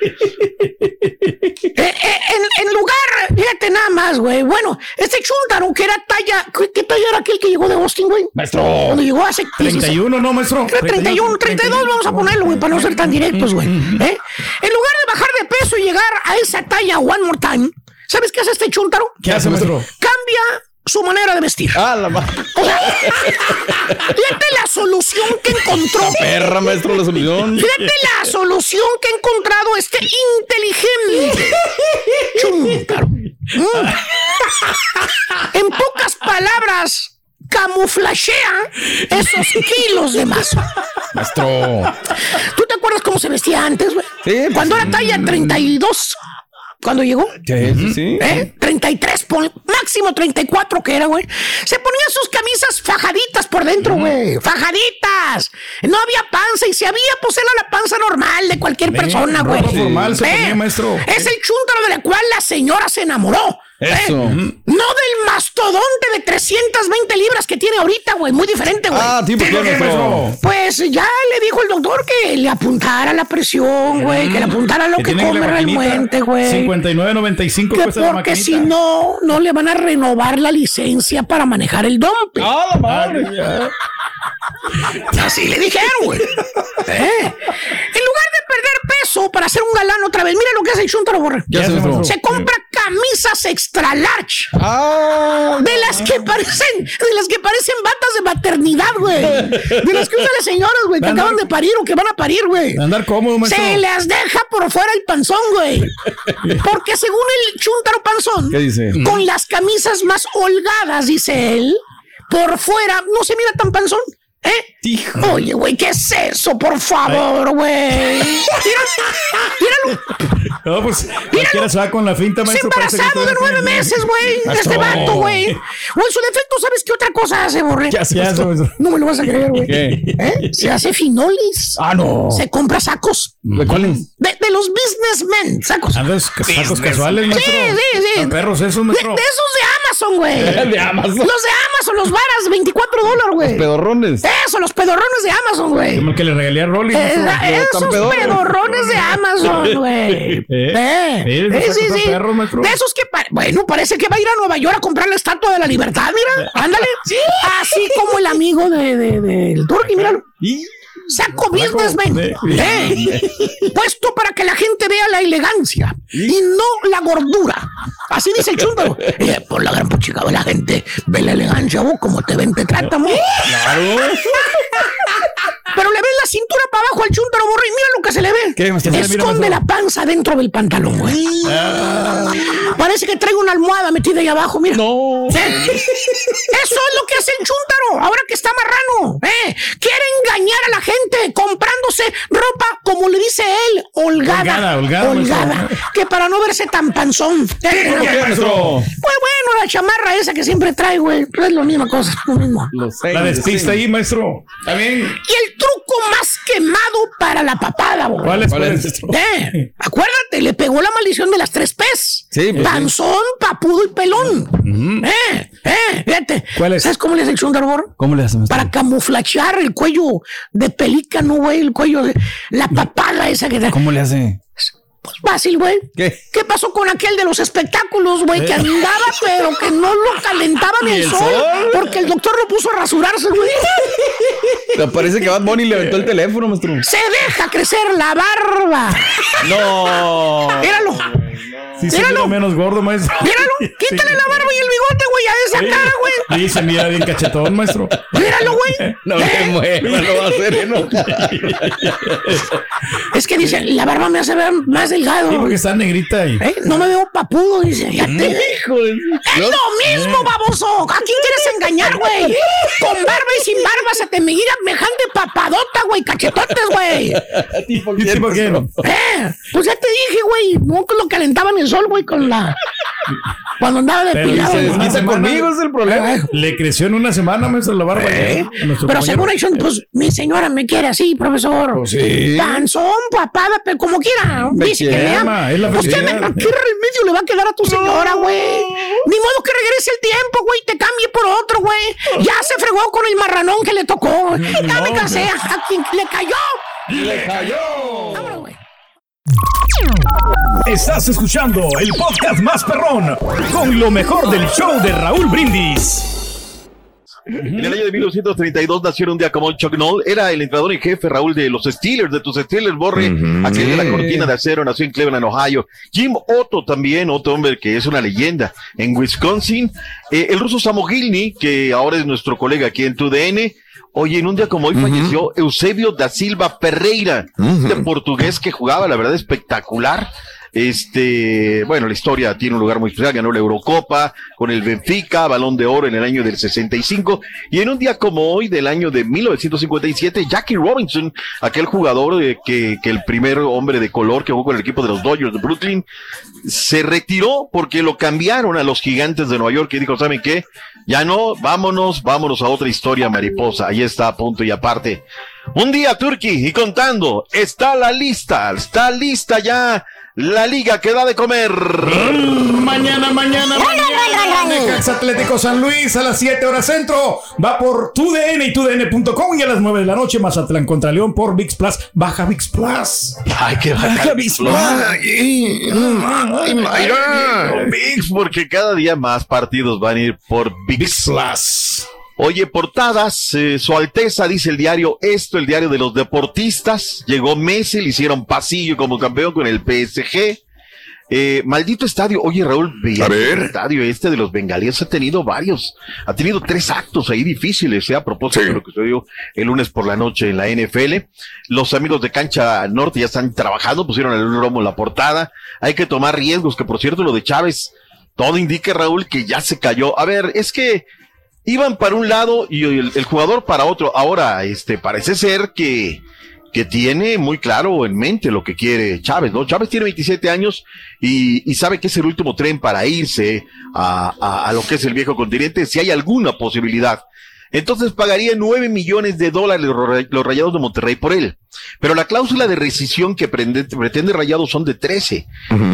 En lugar, fíjate nada más, güey. Bueno, este chúntaro que era talla, ¿qué talla era aquel que llegó de Austin, güey? Maestro. Cuando llegó hace 31, ¿no, maestro? 31, 32 vamos a ponerlo, güey, para no ser tan directos, güey. En lugar de bajar de peso y llegar a esa talla one more time, ¿sabes qué hace este chúntaro? ¿Qué hace, maestro? Cambia su manera de vestir. Ah, la madre. O sea, fíjate la solución que encontró. La perra, maestro, la solución. Fíjate la solución que ha encontrado este inteligente chúntaro. En pocas palabras, camuflachea esos kilos de masa. Maestro. ¿Tú te acuerdas cómo se vestía antes, güey? Sí. Cuando era talla 32. ¿Cuándo llegó? Sí. 33, máximo 34 que era, güey. Se ponía sus camisas fajaditas por adentro, güey. Fajaditas. No había panza, y si había, pues era la panza normal de cualquier persona, güey. Formal se ponía, maestro. Es el chúntaro de la cual la señora se enamoró. Eso. No del mastodonte de 320 libras que tiene ahorita, güey. Muy diferente, güey. ¿Tipo qué, maestro? Pues ya le dijo el doctor que le apuntara la presión, güey. Que le apuntara lo que come realmente, güey. 59.95 cuesta la maquinita. Porque si no, no le van a renovar la licencia para manejar el dump. ¡Ah, la madre! Así le dijeron, güey. En lugar de perder peso para ser un galán otra vez, mira lo que hace el chúntaro, borre. Se compra camisas extra large. De las que parecen batas de maternidad, güey. De las que usan las señoras, güey, que acaban de parir o que van a parir, güey. Andar cómodo, maestro. Se las deja por fuera el panzón, güey. Porque según el chúntaro panzón, ¿qué dice? Con las camisas más holgadas, dice él, por fuera no se mira tan panzón. Oye, güey, ¿qué es eso? Por favor, güey. Míralo. No, pues cualquiera se va con la finta, maestro. Es embarazado de 9 meses, güey. Este vato, güey. O en su defecto, ¿sabes qué otra cosa hace, borre? ¿Qué hace, maestro? No me lo vas a creer, güey. ¿Qué? Se hace finolis. No. Se compra sacos. ¿De cuáles? De los businessmen, sacos. Sacos casuales, maestro. Sí. ¿Son perros esos, maestro? De esos de Amazon, güey. ¿De Amazon? Los de Amazon, los varas, $24, güey. Los pedorrones. Eso, los pedorrones de Amazon, güey. Como el que le regalé a Rolly. Esos pedorrones de Amazon, güey. Sí. Perros, maestro. De esos que, bueno, parece que va a ir a Nueva York a comprar la Estatua de la Libertad, mira. Ándale. Sí. Así como el amigo del Turqui, míralo. Saco businessman. Puesto para que la gente vea la elegancia y no la gordura. Así dice el chúntaro. Por la gran puchica de la gente ve la elegancia, vos como te ven, te tratan. Claro. Pero le ves la cintura para abajo al chúntaro, borre, y mira lo que se le ve. ¿Qué? Esconde la panza dentro del pantalón, güey. Parece que trae una almohada metida ahí abajo, mira. No. Eso es lo que hace el chúntaro, ahora que está marrano. Quiere engañar a la gente comprándose ropa, como le dice él, holgada. Que para no verse tan panzón. Pues bueno, la chamarra esa que siempre trae, güey. Es la misma cosa, lo mismo. La despista ahí, maestro. Está bien. Y el truco más quemado para la papada, güey. ¿Cuál es? Acuérdate, le pegó la maldición de las 3 P's. Sí, pues panzón, papudo y pelón. Fíjate. ¿Cuál es? ¿Sabes cómo le hace el chúntaro? ¿Cómo le hace, maestro? Para camuflachear el cuello de pelícano, güey. El cuello de la papada esa que da. ¿Cómo le hace? Pues fácil, güey. ¿Qué pasó con aquel de los espectáculos, güey? Que andaba, pero que no lo calentaba ni el sol. Porque el doctor lo puso a rasurarse, güey. Me parece que Bad Bunny le aventó el teléfono, maestro. Se deja crecer la barba. No. Míralo. Sí, se mira menos gordo, maestro. Míralo. Quítale la barba y el bigote, güey, a esa cara, güey. Sí, se mira bien cachetón, maestro. Míralo, güey. No me mueva, lo va a hacer enojar. Es que dice, la barba me hace ver más delgado. Sí, porque está negrita ahí. No me veo papudo, dice. Ya te dijo. Es lo mismo, baboso. ¿A quién quieres engañar, güey? Con barba y sin barba se te mira semejante papadota, güey, cachetotes, güey. ¿Tipo qué? Pues ya te dije, güey. No lo calentaban el sol, güey, con la... Cuando andaba depilado. Se desquita conmigo, es el problema. Le creció en una semana, maestro, la barba. Pero según eso, pues mi señora me quiere así, profesor. Pues sí. Panzón, papada, pero como quiera. Dice que me ama. Es la pues ¿qué remedio le va a quedar a tu señora, güey? Ni modo que regrese el tiempo, güey, te cambie por otro, güey. Ya se fregó con el marranón que le tocó. Ya me cansé. ¿A quién le cayó? ¡Le cayó! Vámonos, güey. Estás escuchando el podcast más perrón con lo mejor del show de Raúl Brindis. En el año de 1932 nació un día como Chuck Noll, era el entrenador en jefe, Raúl, de los Steelers, de tus Steelers, Borre, aquel de la cortina de acero, nació en Cleveland, Ohio. Jim Otto también, otro hombre que es una leyenda en Wisconsin. El ruso Samo Gilny, que ahora es nuestro colega aquí en TUDN. Oye, en un día como hoy falleció Eusebio da Silva Pereira, de portugués que jugaba, la verdad, espectacular. Bueno, la historia tiene un lugar muy especial, ganó la Eurocopa con el Benfica, Balón de Oro en el año del 65, y en un día como hoy del año de 1957, Jackie Robinson, aquel jugador que el primer hombre de color que jugó con el equipo de los Dodgers de Brooklyn, se retiró porque lo cambiaron a los Gigantes de Nueva York y dijo, ¿saben qué? Ya no, vámonos a otra historia, mariposa. Ahí está, punto y aparte. Un día, Turkey, y contando, está lista ya la liga que da de comer. Mañana. Necaxa Atlético San Luis a las 7 horas centro. Va por TUDN y TUDN.com, y a las 9 de la noche Mazatlán contra León por ViX Plus. Baja ViX Plus. Ay, que baja ViX Plus. ViX, porque cada día más partidos van a ir por ViX Plus. Oye, portadas, Su Alteza, dice el diario el diario de los deportistas. Llegó Messi, le hicieron pasillo como campeón con el PSG. Maldito estadio. Oye, Raúl, el estadio de los bengalíes ha tenido 3 actos ahí difíciles, a propósito de lo que sucedió el lunes por la noche en la NFL. Los amigos de Cancha Norte ya están trabajando, pusieron el romo en la portada. Hay que tomar riesgos, que por cierto lo de Chávez, todo indica, Raúl, que ya se cayó. A ver, es que iban para un lado y el jugador para otro. Ahora, parece ser que tiene muy claro en mente lo que quiere Chávez, ¿no? Chávez tiene 27 años y sabe que es el último tren para irse a lo que es el viejo continente, si hay alguna posibilidad. Entonces pagaría $9 millones los Rayados de Monterrey por él. Pero la cláusula de rescisión que pretende Rayados son de 13.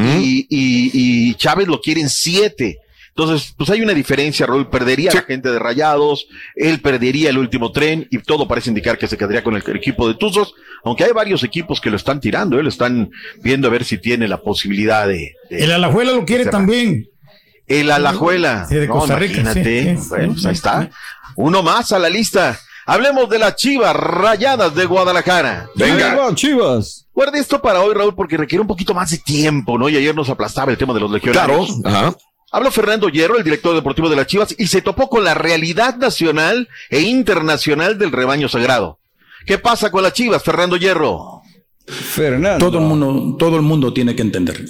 Y Chávez lo quiere en 7. Entonces, pues hay una diferencia, Raúl, perdería la gente de Rayados, él perdería el último tren y todo parece indicar que se quedaría con el equipo de Tuzos, aunque hay varios equipos que lo están tirando, lo están viendo a ver si tiene la posibilidad de el Alajuela lo quiere también. El Alajuela. Sí, de Costa Rica. Imagínate, bueno, pues ahí está. Uno más a la lista. Hablemos de las Chivas Rayadas de Guadalajara. Venga, Chivas. Guarde esto para hoy, Raúl, porque requiere un poquito más de tiempo, ¿no? Y ayer nos aplastaba el tema de los legionarios. Claro, ajá. Habló Fernando Hierro, el director deportivo de las Chivas, y se topó con la realidad nacional e internacional del rebaño sagrado. ¿Qué pasa con las Chivas, Fernando Hierro? Fernando. Todo el mundo tiene que entender.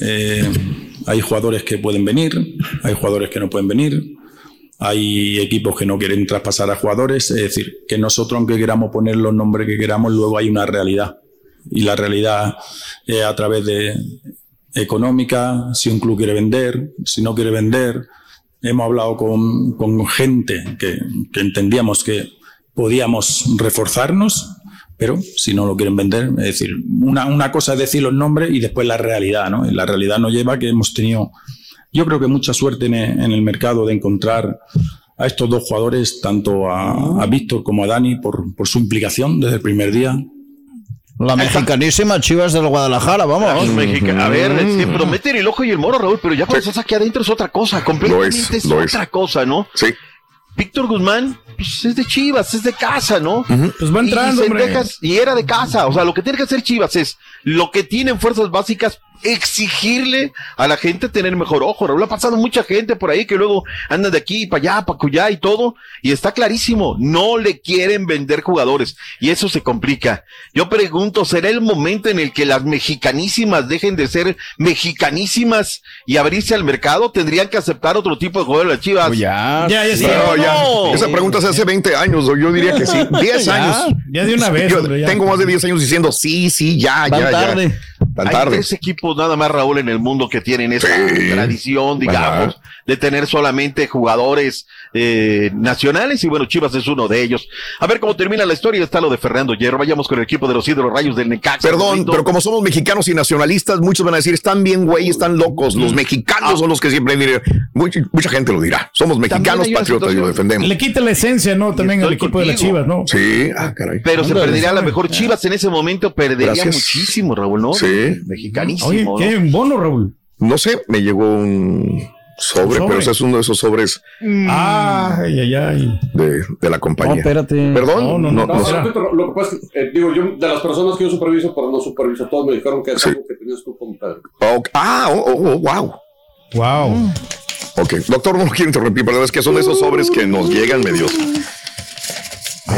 Hay jugadores que pueden venir, hay jugadores que no pueden venir, hay equipos que no quieren traspasar a jugadores. Es decir, que nosotros, aunque queramos poner los nombres que queramos, luego hay una realidad. Y la realidad a través de económica, si un club quiere vender, si no quiere vender. Hemos hablado con gente que entendíamos que podíamos reforzarnos, pero si no lo quieren vender, es decir, una cosa es decir los nombres y después la realidad, ¿no? Y la realidad nos lleva a que hemos tenido, yo creo que mucha suerte en el mercado de encontrar a estos dos jugadores, tanto a Víctor como a Dani, por su implicación desde el primer día. La mexicanísima Chivas del Guadalajara, vamos. A ver, prometen el ojo y el moro, Raúl, pero ya cuando estás aquí adentro es otra cosa, completamente es otra cosa, ¿no? Sí. Víctor Guzmán, pues es de Chivas, es de casa, ¿no? Pues va entrando, y era de casa, o sea, lo que tiene que hacer Chivas es, lo que tienen fuerzas básicas, exigirle a la gente tener mejor ojo. Raúl, ha pasado mucha gente por ahí que luego andan de aquí para allá, para acullá y todo, y está clarísimo, no le quieren vender jugadores, y eso se complica. Yo pregunto, ¿será el momento en el que las mexicanísimas dejen de ser mexicanísimas y abrirse al mercado? ¿Tendrían que aceptar otro tipo de jugadores de las Chivas? Pues ya. Esa pregunta se hace 20 años, yo diría que sí, 10 años. Ya de una vez. Tengo más de 10 años diciendo sí, ya. Hay 3 equipos nada más, Raúl, en el mundo que tienen esa tradición, digamos, de tener solamente jugadores nacionales, y bueno, Chivas es uno de ellos. A ver cómo termina la historia. Está lo de Fernando Hierro. Vayamos con el equipo de los Ídolos Rayos del Necaxa. Perdón, pero como somos mexicanos y nacionalistas, muchos van a decir, están bien, güey, están locos. Los mexicanos son los que siempre dirán. Mucha gente lo dirá. Somos mexicanos patriotas y lo defendemos. Le quita la esencia, ¿no? También al equipo de las Chivas, ¿no? Sí, caray. Pero se perdería, a lo mejor Chivas en ese momento perdería muchísimo, Raúl, ¿no? Sí. Mexicanísimo. Oye, ¿qué? ¿Un bono, Raúl? No sé, me llegó un sobre, pero ese es uno de esos sobres de la compañía. No, espérate. ¿Perdón? No, lo que pasa es que, digo, yo de las personas que yo superviso, pero no superviso todos, me dijeron que es algo que tenías tú con Pedro. Wow. Ok, doctor, no lo quiero interrumpir, pero es que son esos sobres que nos llegan medios.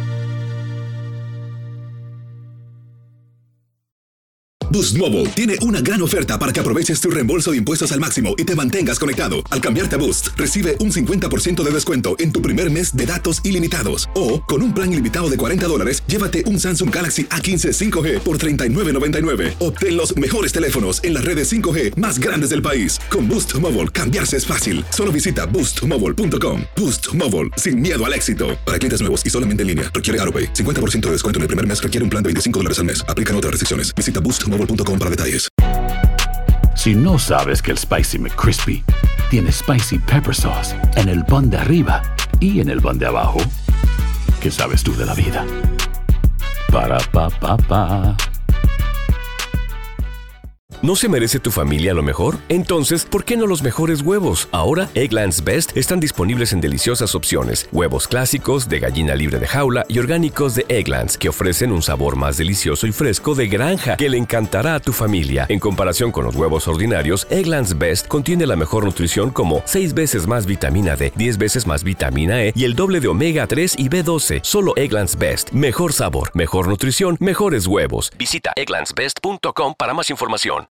Boost Mobile tiene una gran oferta para que aproveches tu reembolso de impuestos al máximo y te mantengas conectado. Al cambiarte a Boost, recibe un 50% de descuento en tu primer mes de datos ilimitados. O, con un plan ilimitado de $40, llévate un Samsung Galaxy A15 5G por $39.99. Obtén los mejores teléfonos en las redes 5G más grandes del país. Con Boost Mobile, cambiarse es fácil. Solo visita boostmobile.com. Boost Mobile, sin miedo al éxito. Para clientes nuevos y solamente en línea, requiere AutoPay. 50% de descuento en el primer mes requiere un plan de $25 al mes. Aplican otras restricciones. Visita boostmobile.com para detalles. Si no sabes que el Spicy McCrispy tiene Spicy Pepper Sauce en el pan de arriba y en el pan de abajo, ¿qué sabes tú de la vida? Para, pa, pa, pa. ¿No se merece tu familia lo mejor? Entonces, ¿por qué no los mejores huevos? Ahora, Eggland's Best están disponibles en deliciosas opciones. Huevos clásicos, de gallina libre de jaula y orgánicos de Eggland's, que ofrecen un sabor más delicioso y fresco de granja que le encantará a tu familia. En comparación con los huevos ordinarios, Eggland's Best contiene la mejor nutrición como 6 veces más vitamina D, 10 veces más vitamina E y el doble de omega 3 y B12. Solo Eggland's Best. Mejor sabor, mejor nutrición, mejores huevos. Visita egglandsbest.com para más información.